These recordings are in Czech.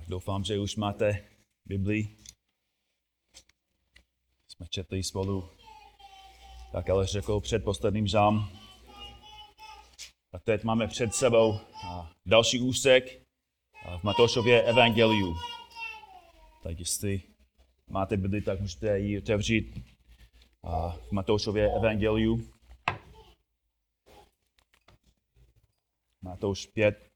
Doufám, že už máte Biblii. Jsme četli spolu, tak ale řekl před posledním žám. A teď máme před sebou další úsek v Matoušově evangeliu. Tak jestli máte Bibli, tak můžete ji otevřít v Matoušově evangeliu. Matouš 5.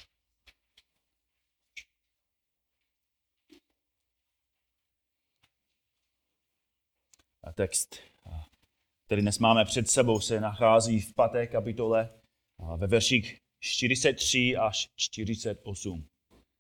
A text, který dnes máme před sebou, se nachází v 5. kapitole ve verších 43 až 48.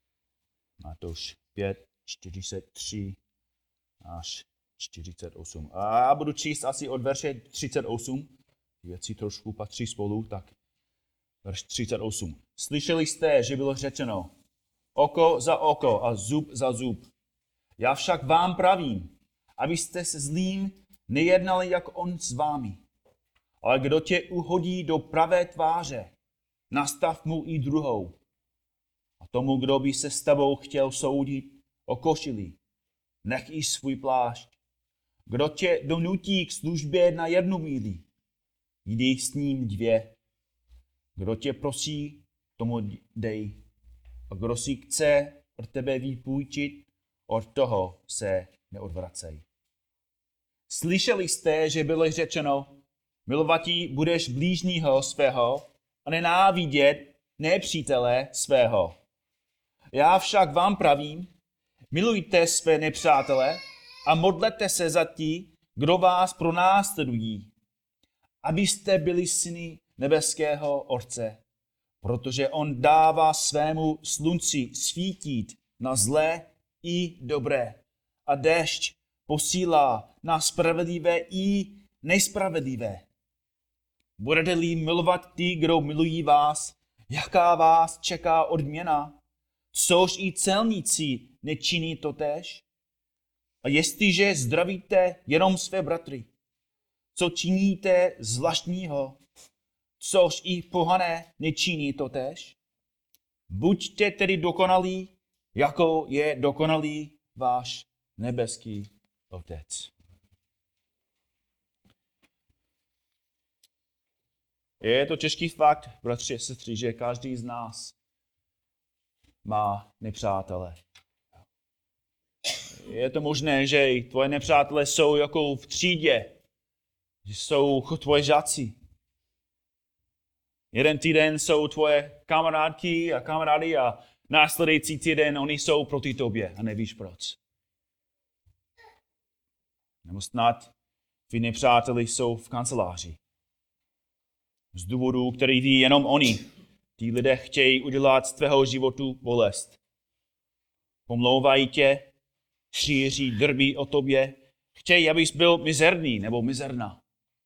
Matouš 5, 43 až 48. A já budu číst asi od verše 38. Věci trošku patří spolu, tak verš 38. Slyšeli jste, že bylo řečeno oko za oko a zub za zub. Já však vám pravím, abyste se zlým nejednali, jak on s vámi. Ale kdo tě uhodí do pravé tváře, nastav mu i druhou. A tomu, kdo by se s tebou chtěl soudit o košili, nech i svůj plášť. Kdo tě donutí k službě na 1 míli, jdi s ním 2. Kdo tě prosí, tomu dej. A kdo si chce od tebe vypůjčit, od toho se neodvracej. Slyšeli jste, že bylo řečeno, milovatí budeš blížního svého a nenávidět nepřítele svého. Já však vám pravím, milujte své nepřátele a modlete se za tí, kdo vás pronásledují, abyste byli syny nebeského Otce, protože on dává svému slunci svítit na zlé i dobré a déšť posílá na spravedlivé i nespravedlivé. Budete-li milovat ty, kdo milují vás, jaká vás čeká odměna, což i celníci nečiní totéž? A jestliže zdravíte jenom své bratry, co činíte zvláštního, což i pohané nečiní totéž? Buďte tedy dokonalí, jako je dokonalý váš nebeský Otec. Je to těžký fakt, bratři a sestry, že každý z nás má nepřátele. Je to možné, že tvoje nepřátelé jsou jako v třídě, že jsou tvoje žáci. Jeden týden jsou tvoje kamarádky a kamarády a následující týden oni jsou proti tobě a nevíš proč. Nebo snad tví nepřáteli jsou v kanceláři. Z důvodu, který ví jenom oni. Tí lidé chtějí udělat z tvého životu bolest. Pomlouvají tě, šíří drby o tobě, chtějí, abys byl mizerný nebo mizerná.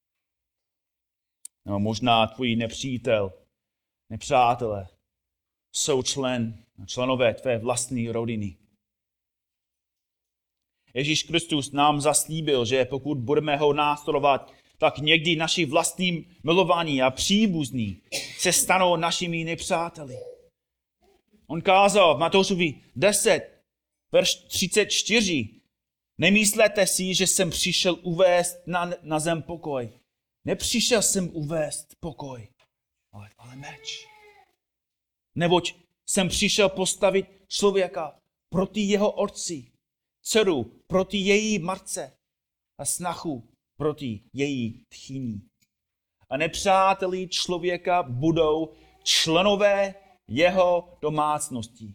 Nebo možná tvůj nepřátelé jsou členové tvé vlastní rodiny. Ježíš Kristus nám zaslíbil, že pokud budeme ho následovat, tak někdy naši vlastní milovaní a příbuzní se stanou našimi nepřáteli. On kázal v Matoušovi 10, verš 34. Nemyslete si, že jsem přišel uvést na zem pokoj. Nepřišel jsem uvést pokoj, ale meč. Neboť jsem přišel postavit člověka proti jeho otci, dceru proti její matce a snachu proti její tchyni. A nepřáteli člověka budou členové jeho domácnosti.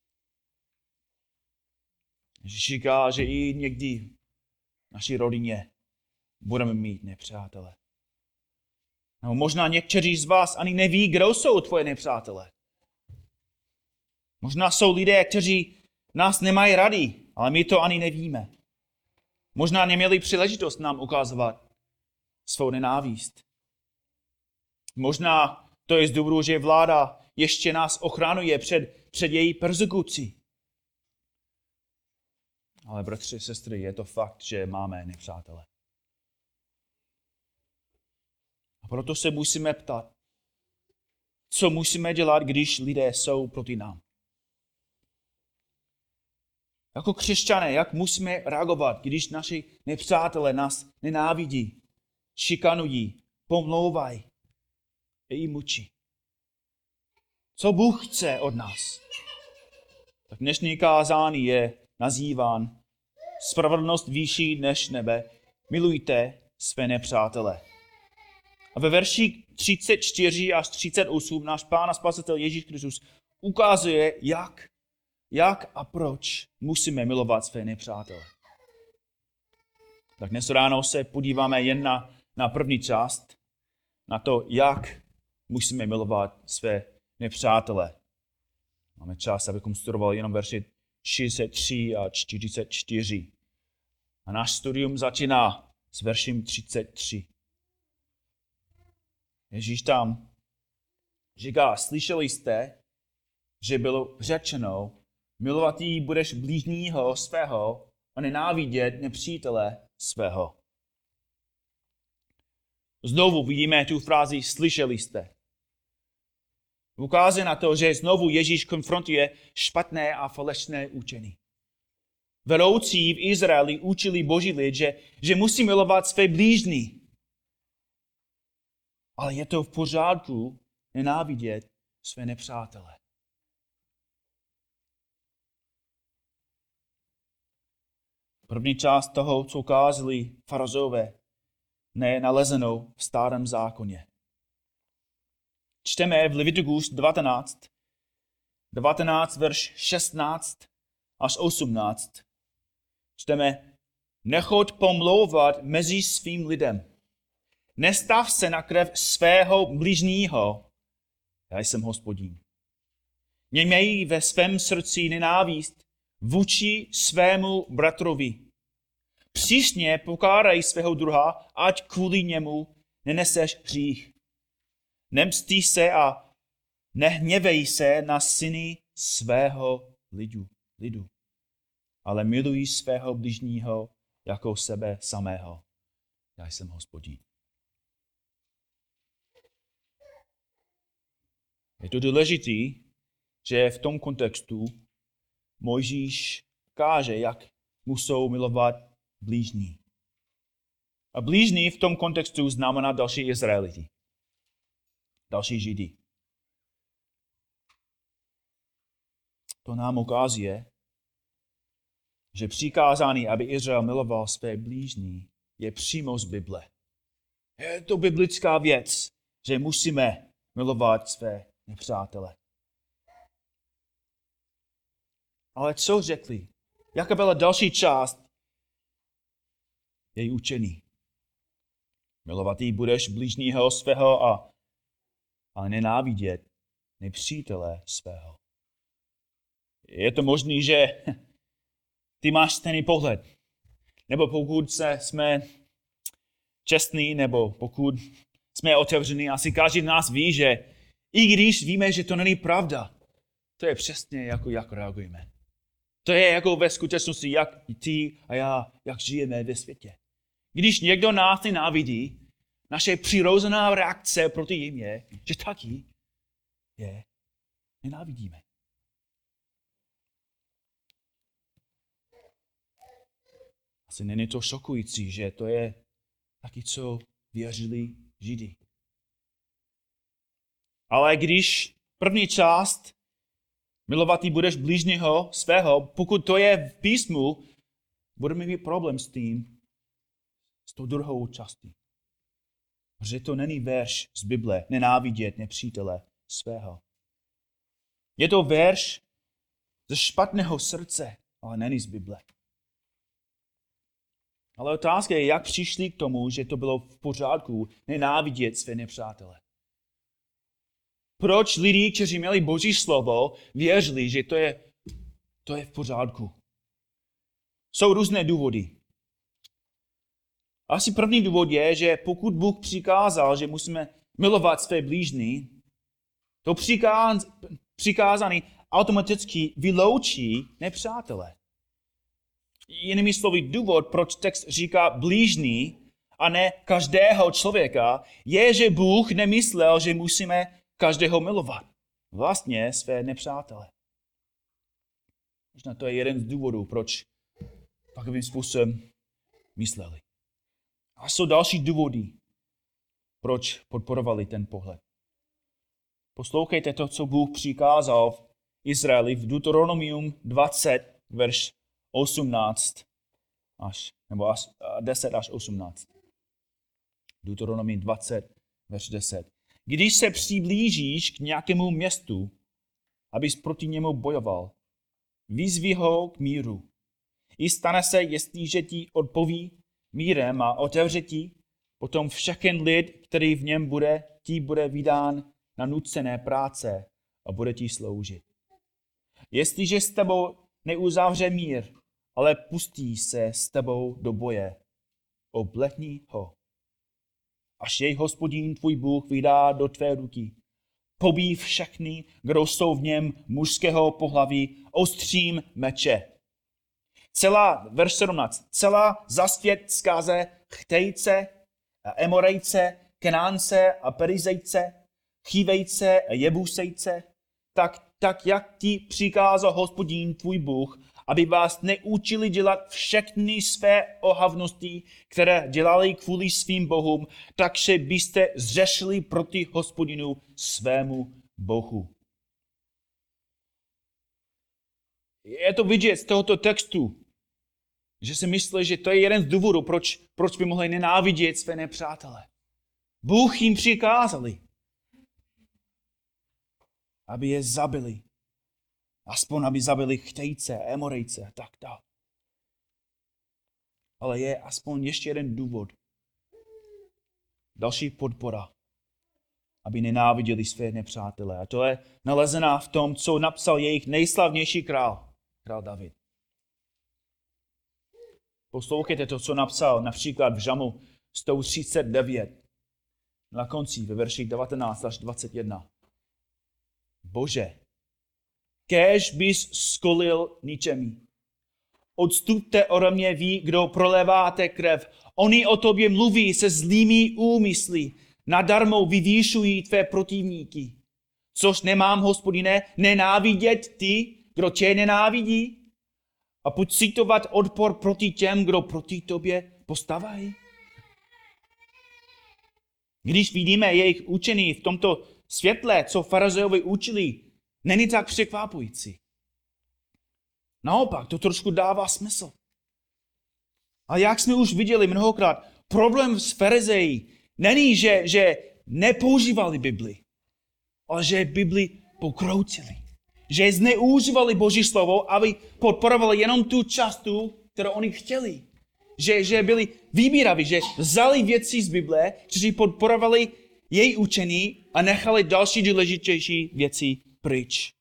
Ježíš říká, že i někdy v naší rodině budeme mít nepřátele. No, možná někteří z vás ani neví, kdo jsou tvoje nepřátelé. Možná jsou lidé, kteří nás nemají rádi, ale my to ani nevíme. Možná neměli příležitost nám ukazovat svou nenávist. Možná to je z důvodu, že vláda ještě nás ochraňuje před její persekucí. Ale bratři, sestry, je to fakt, že máme nepřátele. A proto se musíme ptát, co musíme dělat, když lidé jsou proti nám. Jako křesťané, jak musíme reagovat, když naši nepřátelé nás nenávidí, šikanují, pomlouvají i mučí. Co Bůh chce od nás? Tak dnešní kázání je nazýván Spravedlnost vyšší než nebe. Milujte své nepřátele. A ve verši 34 až 38 náš Pán a Spasitel Ježíš Kristus ukazuje, jak a proč musíme milovat své nepřátele. Tak dnes ráno se podíváme jen na první část, na to, jak musíme milovat své nepřátele. Máme čas, abychom studovali jenom verši 63 a 44. A náš studium začíná s veršem 33. Ježíš tam říká, slyšeli jste, že bylo řečeno, milovat jí budeš blížního svého a nenávidět nepřítele svého. Znovu vidíme tu frázi slyšeli jste. Ukazuje na to, že znovu Ježíš konfrontuje špatné a falešné učení. Vedoucí v Izraeli učili Boží lid, že musí milovat své blížní. Ale je to v pořádku nenávidět své nepřátele. První část toho, co kázali farizové, je nalezenou v Starém zákoně. Čteme v Leviticus 19, verš 16 až 18. Čteme, nechoď pomlouvat mezi svým lidem. Nestav se na krev svého bližního. Já jsem Hospodin. Neměj ve svém srdci nenávist vůči svému bratrovi. Přísně pokárej svého druha, ať kvůli němu neneseš hřích. Nemstí se a nehněvej se na syny svého lidu, ale miluj svého bližního jako sebe samého. Já jsem Hospodin. Je to důležité, že v tom kontextu Mojžíš káže, jak musou milovat blížní. A blížní v tom kontextu znamená další Izraeliti. Další Židy. To nám ukazuje, že přikázání, aby Izrael miloval své blížní, je přímo z Bible. Je to biblická věc, že musíme milovat své nepřátele. Ale co řekli? Jaká byla další část její učení? Milovat jí budeš blížního svého ale nenávidět nepřítele svého. Je to možné, že ty máš stejný pohled. Nebo pokud jsme čestní, nebo pokud jsme otevření, asi každý z nás ví, že i když víme, že to není pravda, to je přesně jak reagujeme. To je jako ve skutečnosti, jak ty a já, jak žijeme ve světě. Když někdo nás nenávidí, naše přirozená reakce proti jim je, že taky je nenávidíme. Asi není to šokující, že to je taky, co věřili Židy. Ale když první část milovat budeš blížního svého, pokud to je v písmu, budeme mít problém s tím, s tou druhou částí. Protože to není verš z Bible, nenávidět nepřítele svého. Je to verš ze špatného srdce, ale není z Bible. Ale otázka je, jak přišli k tomu, že to bylo v pořádku nenávidět své nepřátele. Proč lidi, kteří měli Boží slovo, věřili, že to je v pořádku? Jsou různé důvody. Asi první důvod je, že pokud Bůh přikázal, že musíme milovat své blížní, to přikázání automaticky vyloučí nepřátele. Jinými slovy, důvod, proč text říká blížní a ne každého člověka, je, že Bůh nemyslel, že musíme každého milovat. Vlastně své nepřátele. Možná to je jeden z důvodů, proč takovým způsobem mysleli. A jsou další důvody, proč podporovali ten pohled. Poslouchejte to, co Bůh přikázal v Izraeli v Deuteronomium 20, verš 18 nebo 10 až 18. Deuteronomium 20, verš 10. Když se přiblížíš k nějakému městu, abys proti němu bojoval, vyzvi ho k míru. I stane se, jestliže ti odpoví mírem a otevře ti, potom všechen lid, který v něm bude, ti bude vydán na nucené práce a bude ti sloužit. Jestliže s tebou neuzavře mír, ale pustí se s tebou do boje, oblehni ho. Až jej Hospodin tvůj Bůh vydá do tvé ruky. Pobij všechny, kdo jsou v něm mužského pohlaví, ostřím meče. Verš 17. Celá zasvět zkáze Chtejce, Emorejce, Kenánce a Perizejce, Chívejce a Jebusejce, tak jak ti přikázal Hospodin tvůj Bůh, aby vás neučili dělat všechny své ohavnosti, které dělali kvůli svým bohům, takže byste zřešili proti Hospodinu svému Bohu. Je to vidět z tohoto textu, že si myslí, že to je jeden z důvodů, proč by mohli nenávidět své nepřátele. Bůh jim přikázali, aby je zabili. Aspoň aby zabili Chtejce, Emorejce a tak dále. Ale je aspoň ještě jeden důvod. Další podpora, aby nenáviděli své nepřátele. A to je nalezená v tom, co napsal jejich nejslavnější král David. Poslouchejte to, co napsal například v Žalmu 139. Na konci, ve verších 19 až 21. Bože, kéž bys skolil ničemi. Odstupte ode mě vy, kdo proléváte krev. Oni o tobě mluví se zlými úmysly. Nadarmo vyvýšují tvé protivníky. Což nemám, Hospodine, nenávidět ty, kdo tě nenávidí? A pocitovat odpor proti těm, kdo proti tobě postavají? Když vidíme jejich učení v tomto světle, co farizeovi učili, není tak překvapující. Naopak, to trošku dává smysl. A jak jsme už viděli mnohokrát, problém s farizeji není, že nepoužívali Bibli, ale že Bibli pokroutili. Že zneužívali Boží slovo, aby podporovali jenom tu část, kterou oni chtěli. Že byli vybíraví, že vzali věci z Bible, kteří podporovali její učení a nechali další důležitější věci pryč.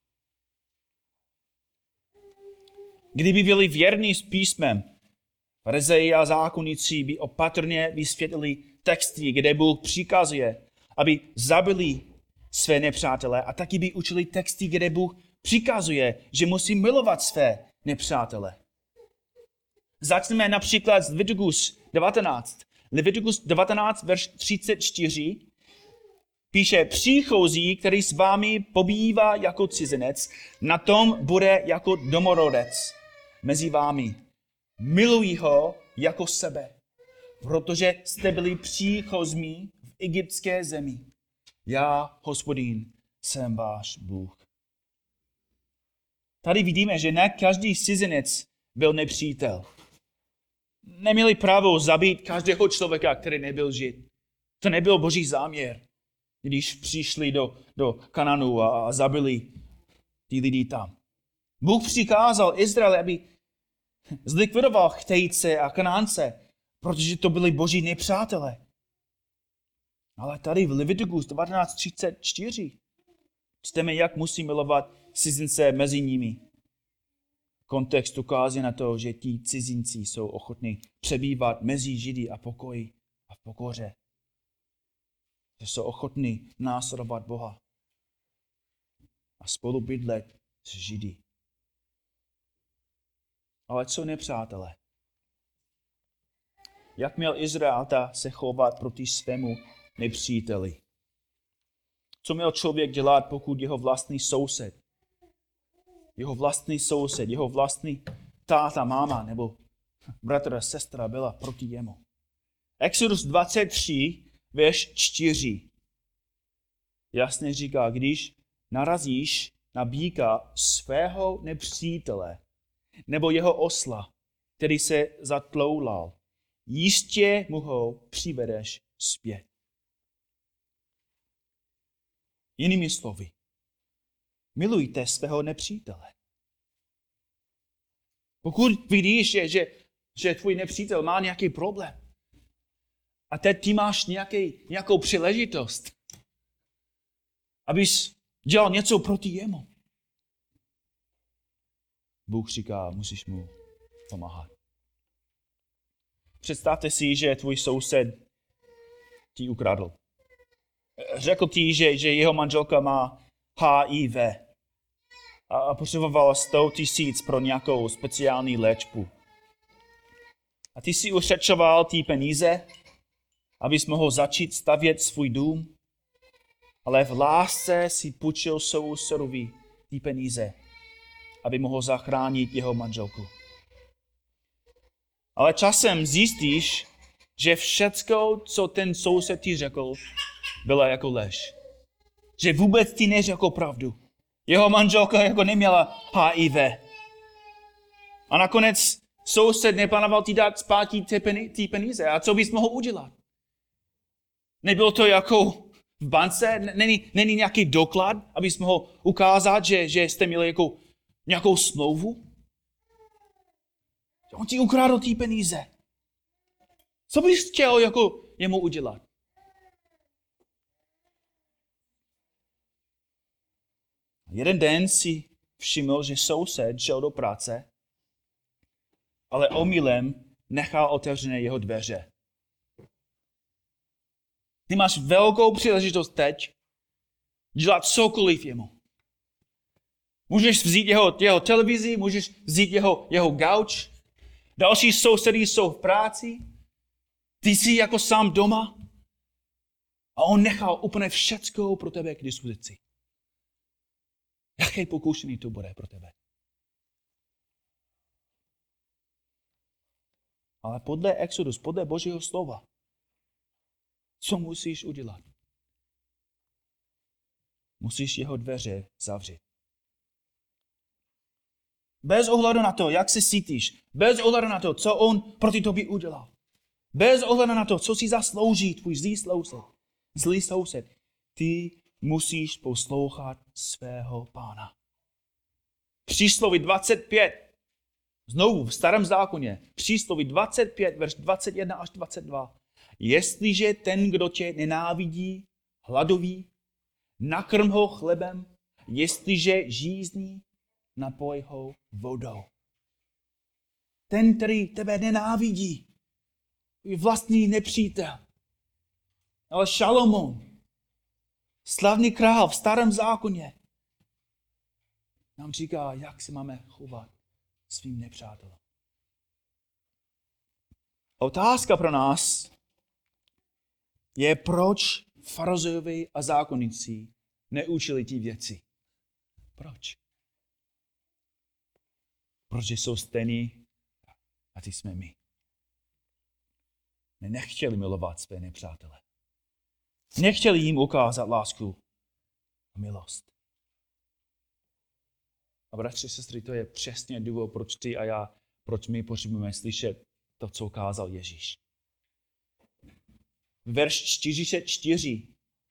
Kdyby byli věrní s písmem, farizeji a zákonníci by opatrně vysvětlili texty, kde Bůh přikazuje, aby zabili své nepřátele, a taky by učili texty, kde Bůh přikazuje, že musí milovat své nepřátele. Začneme například z Leviticus 19. Leviticus 19, verš 34, píše, příchozí, který s vámi pobývá jako cizinec, na tom bude jako domorodec mezi vámi. Miluj ho jako sebe, protože jste byli příchozmi v egyptské zemi. Já, Hospodin, jsem váš Bůh. Tady vidíme, že ne každý cizinec byl nepřítel. Neměli právo zabít každého člověka, který nebyl Žid. To nebyl Boží záměr, když přišli do Kananu a zabili ty lidi tam. Bůh přikázal Izraeli, aby zlikvidoval Chtejce a Kanánce, protože to byli Boží nepřátelé. Ale tady v Leviticus 19:34 čteme, jak musí milovat cizince mezi nimi. Kontext ukazuje na to, že ti cizinci jsou ochotní přebývat mezi Židy a pokoji a v pokoře. Že jsou ochotní následovat Boha a spolu bydlet s Židy. Ale co nepřátelé? Jak měl Izraelita se chovat proti svému nepříteli? Co měl člověk dělat, pokud jeho vlastní soused, jeho vlastní soused, jeho vlastní táta, máma nebo bratr a sestra byla proti jemu. Exodus 23, verš 4 jasně říká, když narazíš na býka svého nepřítele nebo jeho osla, který se zatloulal, jistě mu ho přivedeš zpět. Jinými slovy, milujte svého nepřítele. Pokud vidíš, že tvůj nepřítel má nějaký problém a teď ty máš nějakou příležitost, abys dělal něco proti jemu, Bůh říká, musíš mu pomáhat. Představte si, že tvůj soused ti ukradl. Řekl ti, že jeho manželka má HIV a potřebovala 100 000 pro nějakou speciální léčbu. A ty si ušetřoval ty peníze, abys mohl začít stavět svůj dům, ale v lásce si půjčil sousedovi ty peníze, aby mohl zachránit jeho manželku. Ale časem zjistíš, že všecko, co ten soused ti řekl, byla jako lež. Že vůbec ti neřekl pravdu. Jeho manželka jako neměla HIV. A nakonec soused neplánoval ti dát zpátky ty peníze. A co bys mohl udělat? Nebylo to jako v bance? Není nějaký doklad, abys mohl ukázat, že jste měli jako nějakou smlouvu? On ti ukradl ty peníze. Co bys chtěl jako jemu udělat? Jeden den si všiml, že soused šel do práce, ale omylem nechal otevřené jeho dveře. Ty máš velkou příležitost teď dělat cokoliv jemu. Můžeš vzít jeho televizi, můžeš vzít jeho gauč. Další sousedy jsou v práci. Ty jsi jako sám doma. A on nechal úplně všecko pro tebe k dispozici. Jaké pokušení to bude pro tebe? Ale podle Exodus, podle Božího slova, co musíš udělat? Musíš jeho dveře zavřít. Bez ohledu na to, jak se cítíš, bez ohledu na to, co on proti tobě udělal, bez ohledu na to, co si zaslouží tvůj zlý soused, ty musíš poslouchat svého Pána. Přísloví 25, znovu v Starém zákoně, Přísloví 25, verš 21 až 22. Jestliže ten, kdo tě nenávidí, hladoví, nakrm ho chlebem, jestliže žízní, napoj ho vodou. Ten, který tebe nenávidí, je vlastní nepřítel. Ale Šalomón, slavný král v Starém zákoně, nám říká, jak se máme chovat svým nepřátelům. Otázka pro nás je, proč farizeovi a zákonníci neučili ty věci. Proč? Protože jsou stejní a ty jsme my. Nechtěli milovat své nepřátele. Nechtěli jim ukázat lásku a milost. A bratři, sestry, to je přesně důvod, proč ty a já, proč my potřebujeme slyšet to, co kázal Ježíš. Verš 44.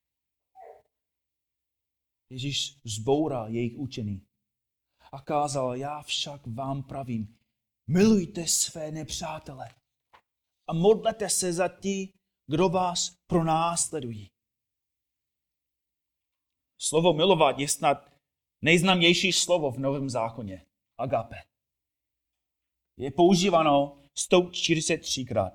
Ježíš zboural jejich učení a kázal, já však vám pravím, milujte své nepřátele a modlete se za ty, kdo vás pronásledují. Slovo milovat je snad nejznámější slovo v Novém zákoně. Agape. Je používáno 143krát.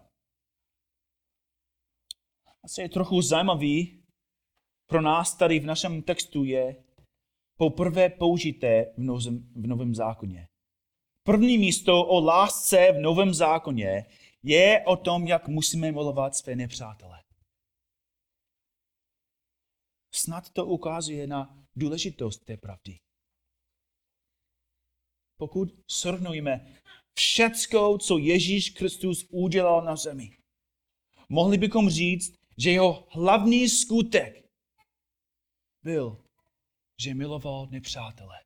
Asi je trochu zajímavý pro nás tady v našem textu je poprvé použité v Novém zákoně. První místo o lásce v Novém zákoně je o tom, jak musíme milovat své nepřátele. Snad to ukazuje na důležitost té pravdy. pokud shrnujeme všecko, co Ježíš Kristus udělal na zemi, mohli bychom říct, že jeho hlavní skutek byl, že miloval nepřátele.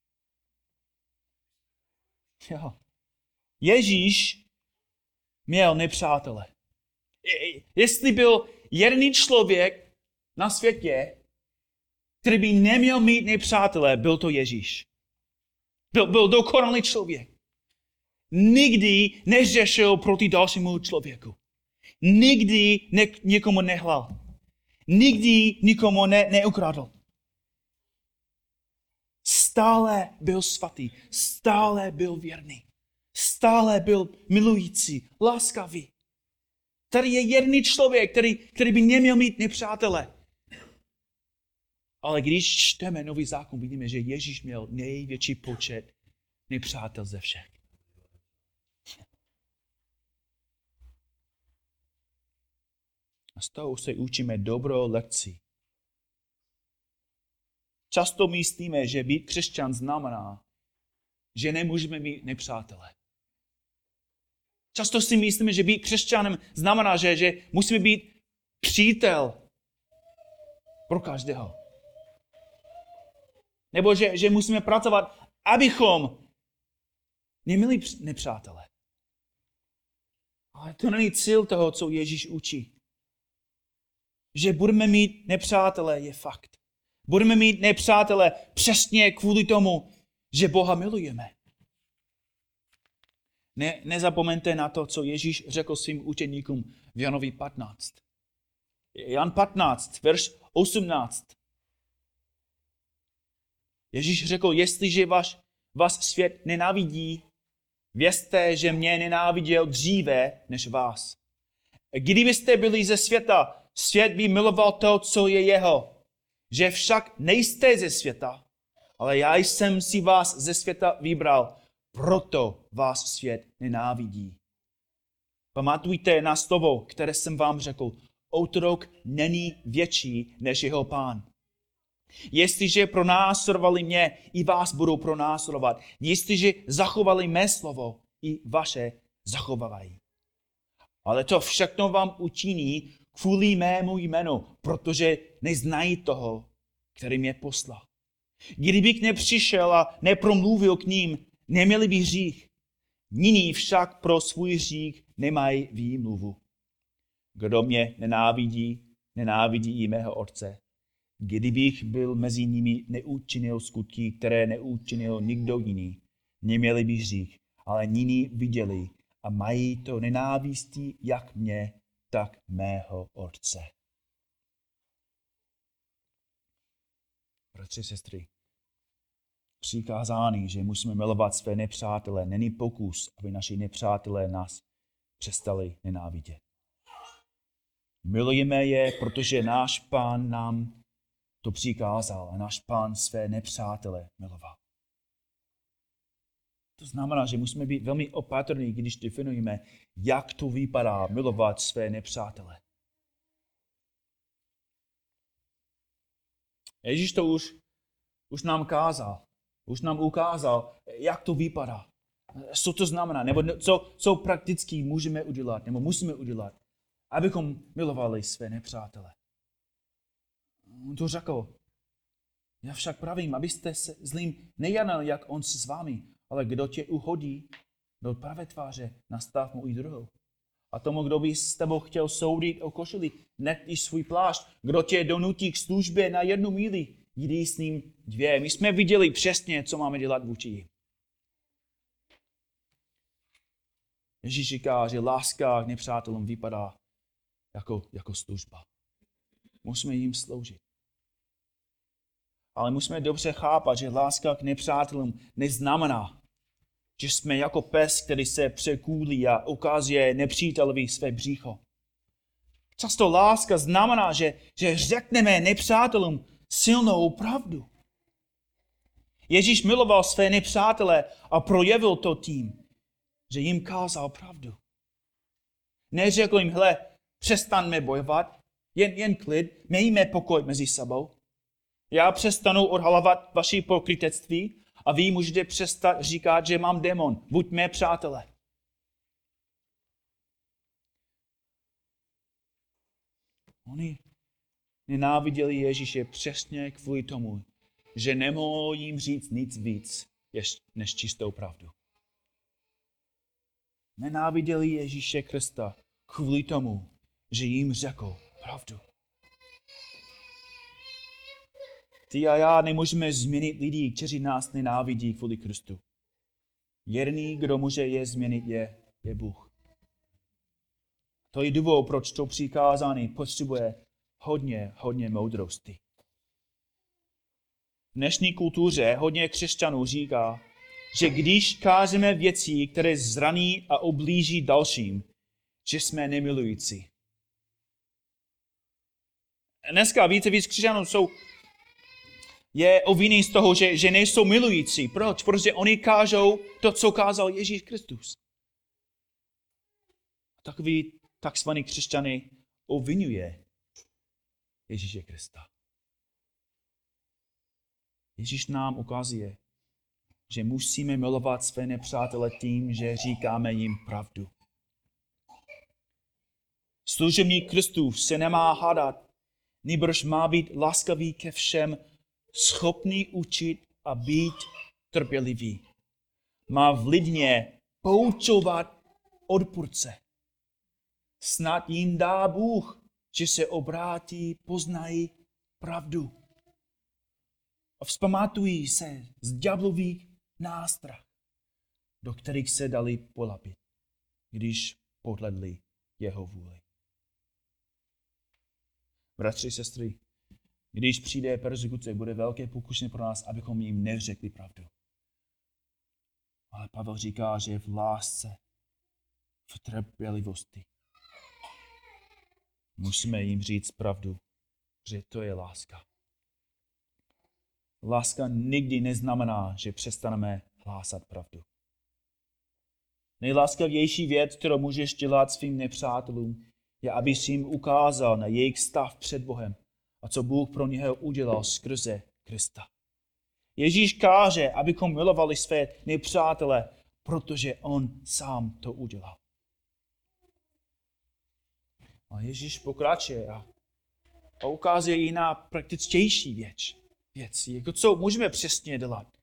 Jo. Ježíš měl nepřátele. Jestli byl jediný člověk na světě, který by neměl mít nepřátele, byl to Ježíš. Byl dokonalý člověk. Nikdy neřešil proti dalšímu člověku. Nikdy někomu nehlal. Nikdy nikomu neukradl. Stále byl svatý. Stále byl věrný. Stále byl milující, láskavý. Tady je jediný člověk, který by neměl mít nepřátele. Ale když čteme Nový zákon, vidíme, že Ježíš měl největší počet nepřátel ze všech. A z toho se učíme dobrou lekci. Často myslíme, že být křesťan znamená, že nemůžeme mít nepřátele. Často si myslíme, že být křesťanem znamená, že musíme být přítel pro každého. Nebo že musíme pracovat, abychom neměli nepřátele. Ale to není cíl toho, co Ježíš učí. Že budeme mít nepřátele, je fakt. Budeme mít nepřátele přesně kvůli tomu, že Boha milujeme. Nezapomeňte na to, co Ježíš řekl svým učeníkům v Janovi 15. Jan 15, verš 18. Ježíš řekl, jestliže vás svět nenávidí, vězte, že mě nenáviděl dříve než vás. Kdybyste byli ze světa, svět by miloval to, co je jeho. Že však nejste ze světa, ale já jsem si vás ze světa vybral, proto vás svět nenávidí. Pamatujte na slovo, které jsem vám řekl. Otrok není větší než jeho pán. Jestliže pronásledovali mě, i vás budou pronásledovat. Jestliže zachovali mé slovo, i vaše zachovávají. Ale to všechno vám učiní kvůli mému jménu, protože neznají toho, který mě poslal. Kdybych nepřišel a nepromluvil k ním, neměli by hřích. Nyní však pro svůj hřích nemají výmluvu. Kdo mě nenávidí i mého otce. Kdybych byl mezi nimi neučinil skutky, které neučinil nikdo jiný, neměli by hřích, ale nyní viděli a mají to nenávistí jak mě, tak mého otce. Bratři, sestry, přikázání, že musíme milovat své nepřátele, není pokus, aby naši nepřátelé nás přestali nenávidět. Milujeme je, protože náš Pán nám to přikázal a náš Pán své nepřátele miloval. To znamená, že musíme být velmi opatrní, když definujeme, jak to vypadá milovat své nepřátele. Ježíš to už nám kázal. Už nám ukázal, jak to vypadá. Co to znamená, nebo co prakticky můžeme udělat, nebo musíme udělat, abychom milovali své nepřátele. On to řekl. Já však pravím, abyste se zlým nejednali, jak on se s vámi, ale kdo tě uhodí do pravé tváře, nastav mu i druhou. A tomu, kdo by s tebou chtěl soudit o košili, nech i svůj plášť. Kdo tě donutí k službě na 1 míli, jdi s ním 2. My jsme viděli přesně, co máme dělat vůči jim. Ježíš říká, že láska k nepřátelům vypadá jako služba. Musíme jim sloužit. Ale musíme dobře chápat, že láska k nepřátelům neznamená, že jsme jako pes, který se překůlí a ukazuje nepřítelovi své břicho. Často láska znamená, že řekneme nepřátelům silnou pravdu. Ježíš miloval své nepřátele a projevil to tím, že jim kázal pravdu. Neřekl jim, hele, přestaňme bojovat, jen klid, mějme pokoj mezi sebou. Já přestanu odhalovat vaši pokrytectví A vy můžete přestat říkat, že mám démon. Buďme přátelé. Oni nenáviděli Ježíše přesně kvůli tomu, že nemohl jim říct nic víc, než čistou pravdu. Nenáviděli Ježíše Krista kvůli tomu, že jim řekl pravdu. Ty a já nemůžeme změnit lidi, kteří nás nenávidí kvůli Kristu. Jediný, kdo může je změnit, je Bůh. To je důvod, proč to přikázání potřebuje hodně moudrosti. V dnešní kultuře hodně křesťanů říká, že když kážeme věci, které zraní a ublíží dalším, že jsme nemilující. Dneska víc křesťanů je obviněni z toho, že nejsou milující. Proč? Protože oni kážou to, co kázal Ježíš Kristus. Takový takzvaný křesťany obvinuje Ježíše Krista. Ježíš nám ukazuje, že musíme milovat své nepřátele tím, že říkáme jim pravdu. Služebník Kristův se nemá hádat, nýbrž má být laskavý ke všem, schopný učit a být trpělivý. Má vlídně poučovat odpůrce. Snad jim dá Bůh, že se obrátí, poznají pravdu. A vzpamatují se z ďáblových nástrah, do kterých se dali polapit, když podledli jeho vůli. Bratři, sestry, když přijde persekuce, bude velké pokušení pro nás, abychom jim neřekli pravdu. Ale Pavel říká, že v lásce, v trpělivosti musíme jim říct pravdu, že to je láska. Láska nikdy neznamená, že přestaneme hlásat pravdu. Nejláskavější věc, kterou můžeš dělat svým nepřátelům, je, abys jim ukázal na jejich stav před Bohem a co Bůh pro něho udělal skrze Krista. Ježíš káže, abychom milovali své nepřátele, protože on sám to udělal. A Ježíš pokračuje a ukazuje i na praktičtější věci, jako co můžeme přesně dělat.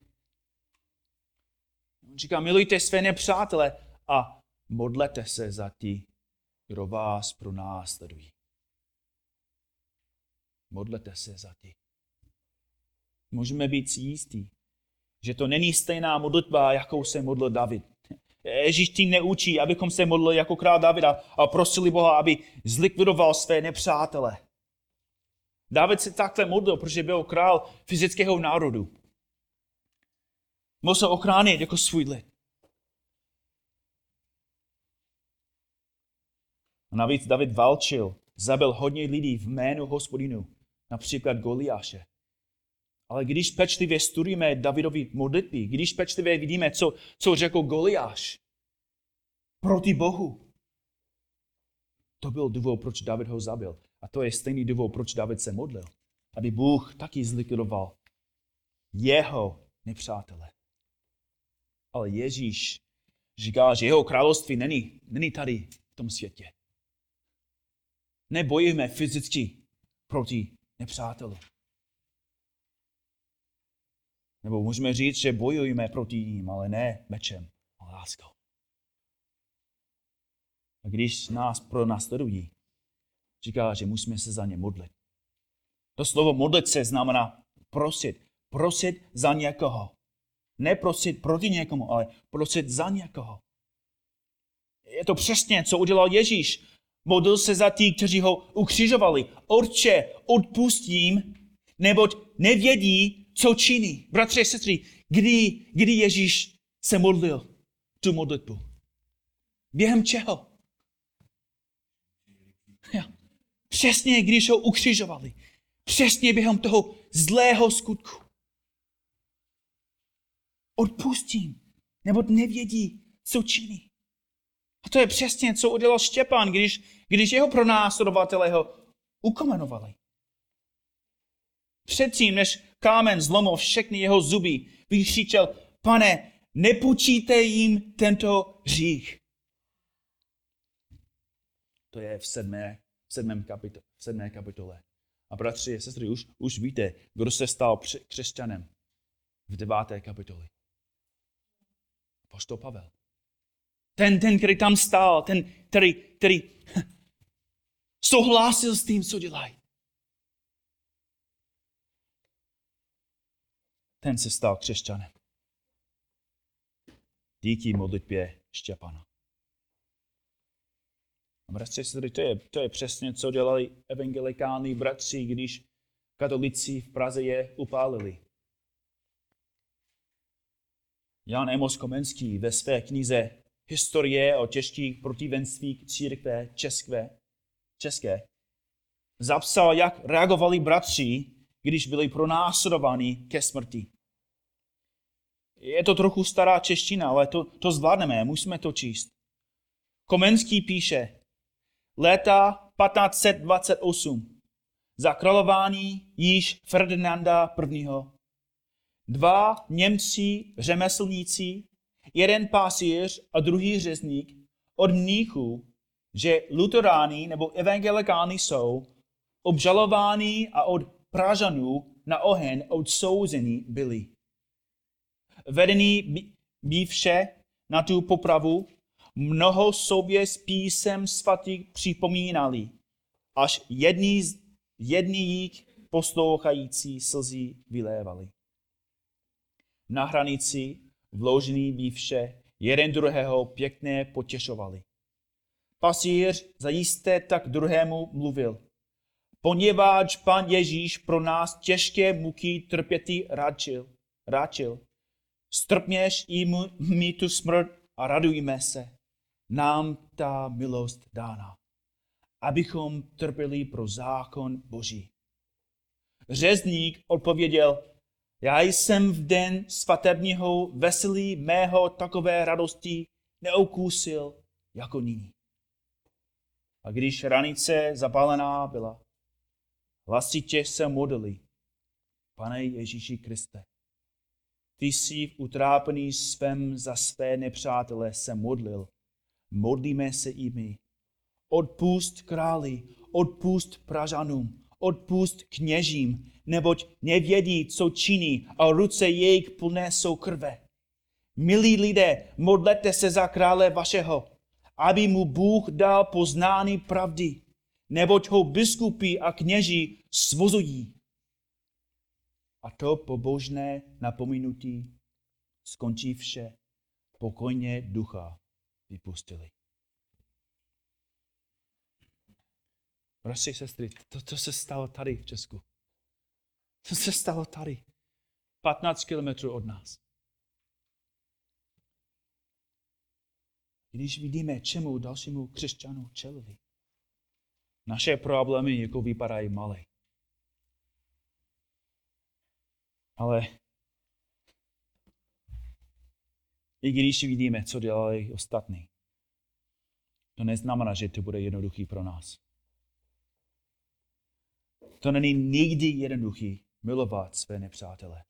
On říká, milujte své nepřátele a modlete se za ty, kdo vás pronásledují. Modlete se za ty. Můžeme být si jistí, že to není stejná modlitba, jakou se modlil David. Ježíš tím neučí, abychom se modlili jako král David a prosili Boha, aby zlikvidoval své nepřátele. David se takhle modlil, protože byl král fyzického národu. Musel ochránit jako svůj lid. A navíc David válčil, zabil hodně lidí v jménu Hospodinu, například Goliáše. Ale když pečlivě studujeme Davidovy modlitby, když pečlivě vidíme, co řekl Goliáš proti Bohu, to byl důvod, proč David ho zabil. A to je stejný důvod, proč David se modlil. Aby Bůh taky zlikvidoval jeho nepřátele. Ale Ježíš říká, že jeho království není tady v tom světě. Nebojujeme fyzicky proti nepřátelům. Nebo můžeme říct, že bojujeme proti ním, ale ne mečem, ale láskou. A když nás pronásledují, říká, že musíme se za ně modlit. To slovo modlit se znamená prosit. Prosit za někoho. Ne prosit proti někomu, ale prosit za někoho. Je to přesně, co udělal Ježíš. Modlil se za ty, kteří ho ukřižovali. Otče, odpustím, neboť nevědí, co činí. Bratři a sestry, kdy Ježíš se modlil tu modlitbu? Během čeho? Přesně, když ho ukřižovali. Přesně během toho zlého skutku. Odpustím, nebo nevědí, co činí. A to je přesně, co udělal Štěpán, když jeho pronásledovatelé ho ukamenovali. Předtím, než kámen zlomil všechny jeho zuby, vykřičel, Pane, nepočítej jim tento hřích. To je v 7. kapitole. A bratři a sestry, už víte, kdo se stal křesťanem v 9. kapitole. Apoštol Pavel. Ten, který tam stál, ten, který souhlasil s tím, co dělají. Ten se stal křesťanem. Díky modlitbě Štěpana. A bratři, to je přesně, co dělali evangelikální bratři, když katolíci v Praze je upálili. Jan Amos Komenský ve své knize Historie o těžkých protivenstvích církve české zapsal, jak reagovali bratři, když byli pronásledováni ke smrti. Je to trochu stará čeština, ale to zvládneme, musíme to číst. Komenský píše, léta 1528, za králování již Ferdinanda I. 2 Němci řemeslníci, jeden pásíř a druhý řezník od mníchů, že luteráni nebo evangelikální jsou, obžalováni a od Pražanů na oheň odsouzení byli. Vedení bývše na tu popravu, mnoho sobě z písem svatých připomínali, až jedni jich poslouchající slzy vylévali. Na hranici vložení bývše jeden druhého pěkně potěšovali. Pasíř zajisté tak druhému mluvil, poněvadž Pan Ježíš pro nás těžké muky trpěti ráčil. Strpněš i mi tu smrt a radujme se. Nám ta milost dána, abychom trpěli pro zákon Boží. Řezník odpověděl, já jsem v den svatebního veselí mého takové radosti neukusil jako nyní. A když ranice zapálená byla, hlasitě se modlili, Pane Ježíši Kriste, ty jsi v utrápení svém za své nepřátele se modlil, modlíme se i my. Odpusť králi, odpusť Pražanům, odpusť kněžím, neboť nevědí, co činí a ruce jejich plné jsou krve. Milí lidé, modlete se za krále vašeho, aby mu Bůh dal poznání pravdy, neboť ho biskupy a kněži svozují. A to pobožné napomenutí skončí vše, pokojně ducha vypustili. Bratři, sestry, to se stalo tady v Česku. To se stalo tady. 15 kilometrů od nás. Když vidíme, čemu dalšímu křesťanu čelili, naše problémy jako vypadají malé. Ale i když vidíme, co dělali ostatní, to neznamená, že to bude jednoduchý pro nás. To není nikdy jednoduchý milovat své nepřátele.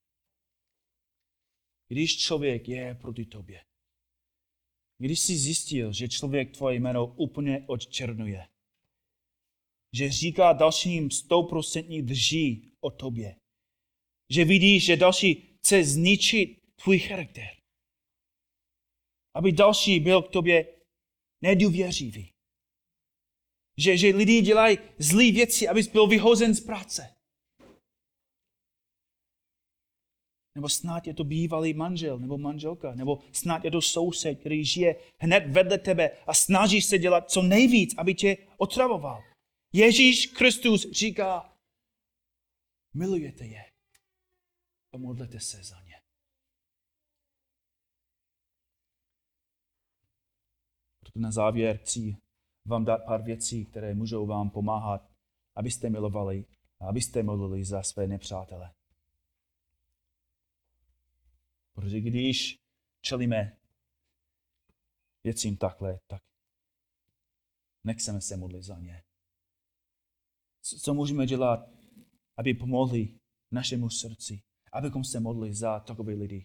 Když člověk je proti tobě, když jsi zjistil, že člověk tvoje jméno úplně odčernuje, že říká dalším 100% drží o tobě, že vidíš, že další chce zničit tvůj charakter, aby další byl k tobě nedůvěřivý. Že lidi dělají zlé věci, abys byl vyhozen z práce. Nebo snad je to bývalý manžel nebo manželka, nebo snad je to soused, který žije hned vedle tebe a snaží se dělat co nejvíc, aby tě otravoval. Ježíš Kristus říká, milujete je a modlete se za ně. Proto na závěr chci vám dát pár věcí, které můžou vám pomáhat, abyste milovali a abyste modlili za své nepřátele. Protože když čelíme věcím takhle, tak nechceme se modlit za ně. Co můžeme dělat, aby pomohli našemu srdci? abychom se modlili za takové lidi.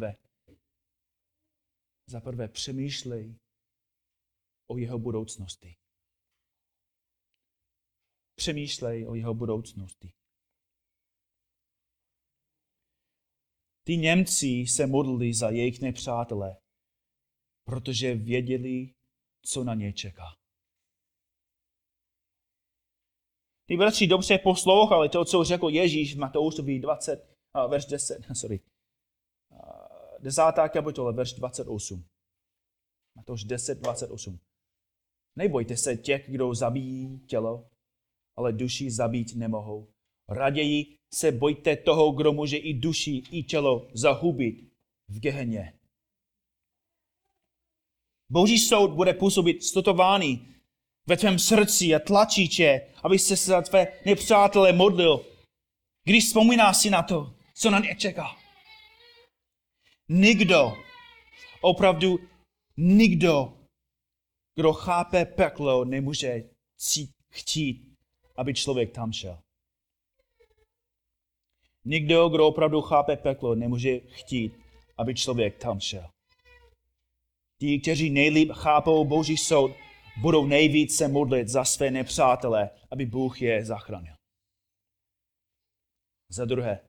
Za prvé přemýšlej o jeho budoucnosti. Přemýšlej o jeho budoucnosti. Ty Němci se modlili za jejich nepřátele, protože věděli, co na ně čeká. Ty bratři dobře poslouchali to, co řekl Ježíš v Matoušovi 20, verš 10, 10. kapitola, verš 28. Matouš 10, 28. Nebojte se těch, kdo zabíjí tělo, ale duši zabít nemohou. Raději se bojte toho, kdo může i duši, i tělo zahubit v Geheně. Boží soud bude působit stotovány ve tvém srdci a tlačí tě, aby se za tvé nepřátele modlil, když vzpomínáš si na to, co na ně čeká. Opravdu nikdo, kdo chápe peklo, nemůže chtít, aby člověk tam šel. Nikdo, kdo opravdu chápe peklo, nemůže chtít, aby člověk tam šel. Ti, kteří nejlíp chápou Boží soud, budou nejvíce modlit za své nepřátele, aby Bůh je zachránil. Za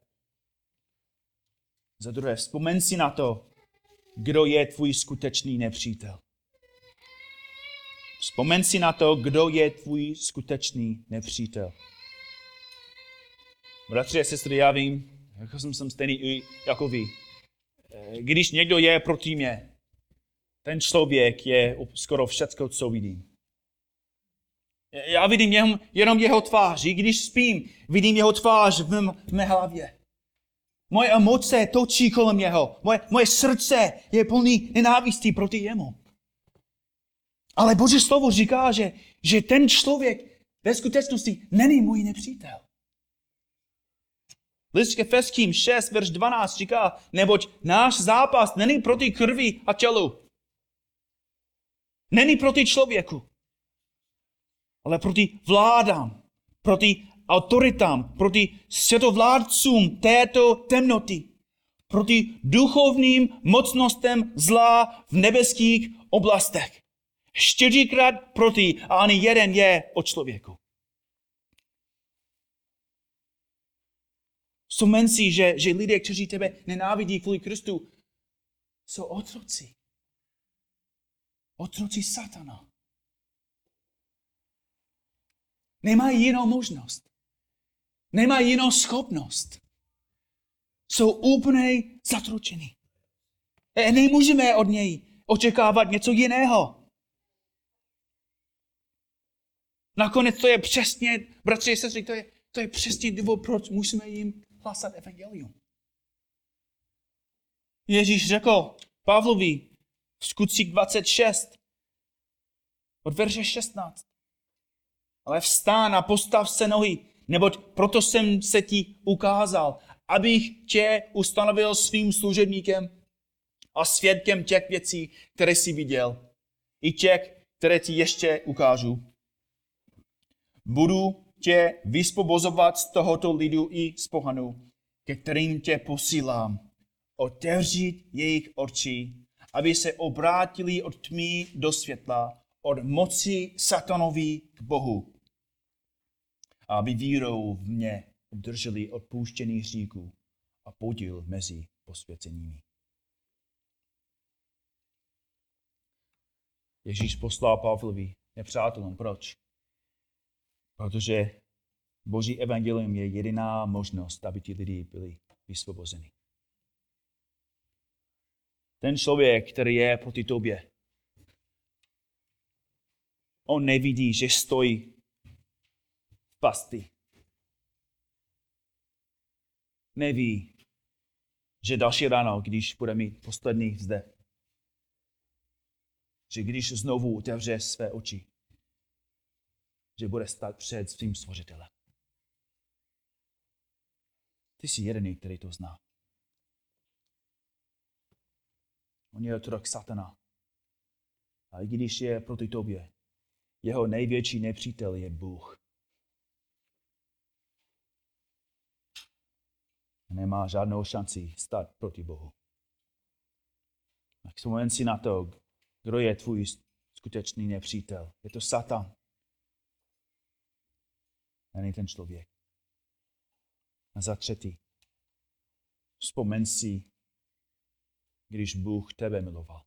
druhé, vzpomeň si na to, kdo je tvůj skutečný nepřítel. Vzpomeň si na to, kdo je tvůj skutečný nepřítel. Bratři a sestry, já vím, jako jsem stejný jako vy. Když někdo je proti mě, ten člověk je skoro všecko, co vidím. Já vidím jenom jeho tvář. I když spím, vidím jeho tvář v mé hlavě. Moje emoce točí kolem něho. Moje srdce je plný nenávistí proti jemu. Ale Boží slovo říká, že ten člověk ve skutečnosti není můj nepřítel. List Efeským 6, verš 12 říká, neboť náš zápas není proti krvi a tělu. Není proti člověku, ale proti vládám, proti autoritám, proti světovládcům této temnoty, proti duchovním mocnostem zla v nebeských oblastech. 4krát proti a ani jeden je od člověku. Vzpomeň si, že lidé, kteří tebe nenávidí kvůli Kristu, jsou otroci. Otroci satana. Nemají jinou možnost. Nemají jinou schopnost. Jsou úplně zatročeni. Nemůžeme od něj očekávat něco jiného. Nakonec to je přesně, bratři a sestry, to je přesně důvod, proč musíme jim hlásat evangelium. Ježíš řekl Pavlovi v Skutcích 26 od verše 16. Ale vstán a postav se nohy, neboť proto jsem se ti ukázal, abych tě ustanovil svým služebníkem a svědkem těch věcí, které jsi viděl, i těch, které ti ještě ukážu. Budu tě vysvobozovat z tohoto lidu i z pohanů, ke kterým tě posílám, otevřít jejich oči, aby se obrátili od tmy do světla, od moci satanovi k Bohu, a aby vírou v mě obdrželi odpuštění hříchů a podíl mezi posvěcenými. Ježíš poslal Pavlovi nepřátelům. Proč? Protože Boží evangelium je jediná možnost, aby ti lidi byli vysvobozeni. Ten člověk, který je proti tobě, on nevidí, že stojí v pasti. Neví, že další ráno, když bude mít poslední vzdech, že když znovu otevře své oči, že bude stát před svým stvořitelem. Ty jsi jediný, který to zná. On je otrok satana. A i když je proti tobě, jeho největší nepřítel je Bůh. Nemá žádnou šanci stát proti Bohu. Tak vzpomeň si na to, kdo je tvůj skutečný nepřítel. Je to Satan. Není ten člověk. A za třetí, vzpomeň si, když Bůh tebe miloval.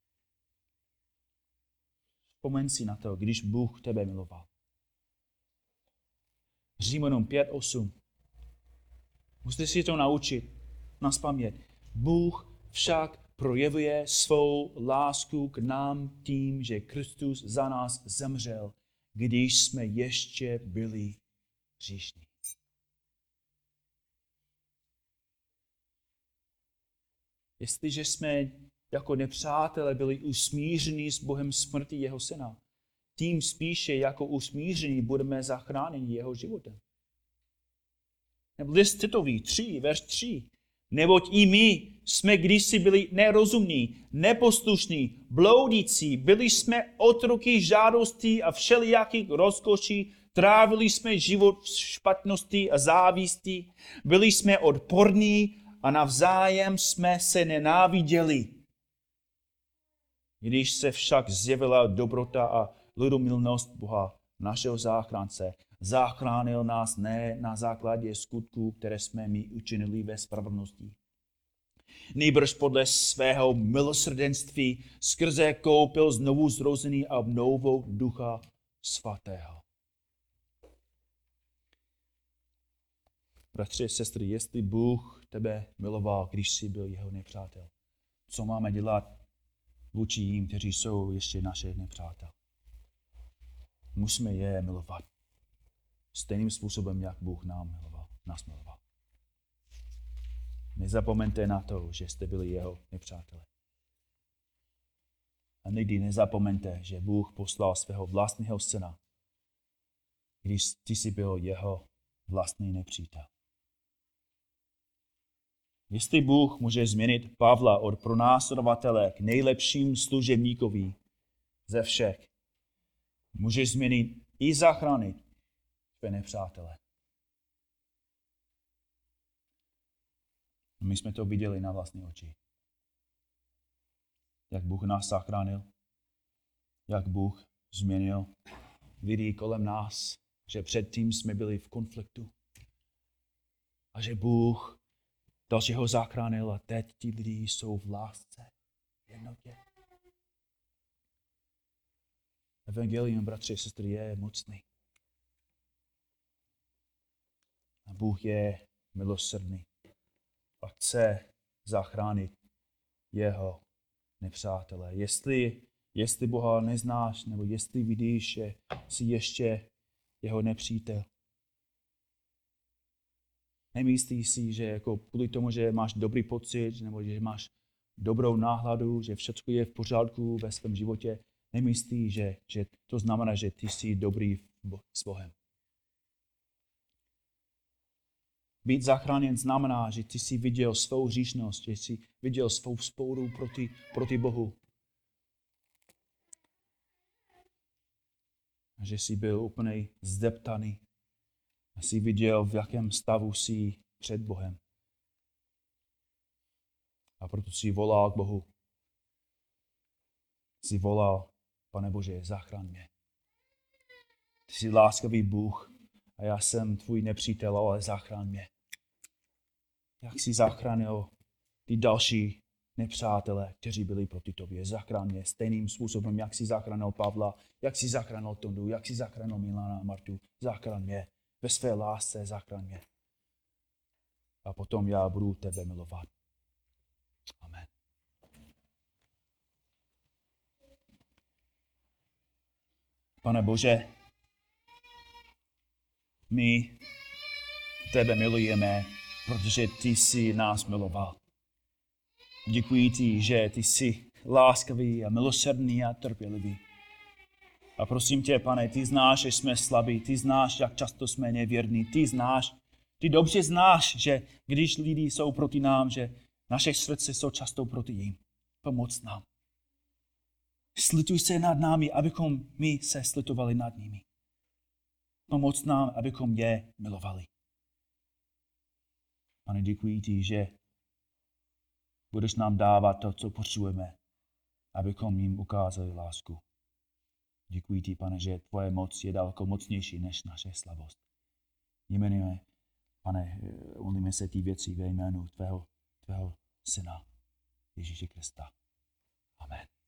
Vzpomeň si na to, když Bůh tebe miloval. Římanům 5:8. Musíte si to naučit nazpamět. Bůh však projevuje svou lásku k nám tím, že Kristus za nás zemřel, když jsme ještě byli hříšní. Jestliže jsme jako nepřátelé byli usmířeni s Bohem smrti jeho syna, tím spíše jako usmíření budeme zachráněni jeho životem. List Titový 3, verš 3. Neboť i my jsme kdysi byli nerozumní, neposlušní, bloudící, byli jsme otroky žádostí a všelijakých rozkoší, trávili jsme život v špatnosti a závisti, byli jsme odporní a navzájem jsme se nenáviděli. Když se však zjevila dobrota a lidumilnost Boha, našeho záchránce, zachránil nás ne na základě skutků, které jsme my učinili ve spravedlnosti. Nýbrž podle svého milosrdenství skrze koupil znovu zrozený a obnovou Ducha Svatého. Bratři a sestry, jestli Bůh tebe miloval, když jsi byl jeho nepřátel, co máme dělat vůči jim, kteří jsou ještě naše nepřátel? Musíme je milovat stejným způsobem, jak Bůh nás miloval. Nezapomeňte na to, že jste byli jeho nepřátelé. A nikdy nezapomeňte, že Bůh poslal svého vlastního syna, když ty jsi byl jeho vlastní nepřítel. Jestli Bůh může změnit Pavla od pronásledovatele k nejlepším služebníkovi ze všech, může změnit i zachránit tvé nepřátele. My jsme to viděli na vlastní oči. Jak Bůh nás zachránil, jak Bůh změnil lidi kolem nás, že předtím jsme byli v konfliktu a že Bůh dalšího zachránil a teď ti lidi jsou v lásce, v jednotě. Evangelium, bratři a sestry, je mocný. A Bůh je milosrdný a chce zachránit jeho nepřátele. Jestli Boha neznáš, nebo jestli vidíš, že jsi ještě jeho nepřítel, nemyslíš si, že jako kvůli tomu, že máš dobrý pocit, nebo že máš dobrou náhladu, že všechno je v pořádku ve svém životě, nemyslíš, že to znamená, že ty jsi dobrý s Bohem. Být zachráněn znamená, že ty jsi viděl svou hříšnost, že jsi viděl svou spouru proti Bohu. A že jsi byl úplně zdeptaný. A jsi viděl, v jakém stavu jsi před Bohem. A proto jsi volal k Bohu. Jsi volal, Pane Bože, zachraň mě. Ty jsi láskavý Bůh a já jsem tvůj nepřítel, ale zachraň mě. Jak jsi zachránil ty další nepřátelé, kteří byli proti tobě. Zachraň mě stejným způsobem, jak jsi zachránil Pavla, jak jsi zachránil Tondu, jak jsi zachránil Milana a Martu. Zachraň mě. Ve své lásce zachraň mě. A potom já budu tebe milovat. Amen. Pane Bože, my tebe milujeme, protože ty jsi nás miloval. Děkuji ti, že ty jsi láskavý a milosrdný a trpělivý. A prosím tě, Pane, ty znáš, že jsme slabí, ty znáš, jak často jsme nevěrní, ty dobře znáš, že když lidi jsou proti nám, že naše srdce jsou často proti jim. Pomoc nám. Slituj se nad námi, abychom my se slitovali nad nimi. Pomoc nám, abychom je milovali. Pane, děkuji ti, že budeš nám dávat to, co potřebujeme, abychom jim ukázali lásku. Děkuji ti, Pane, že tvoje moc je daleko mocnější než naše slabost. Jmenujeme, Pane, modlíme se ty věci ve jménu tvého syna, Ježíše Krista. Amen.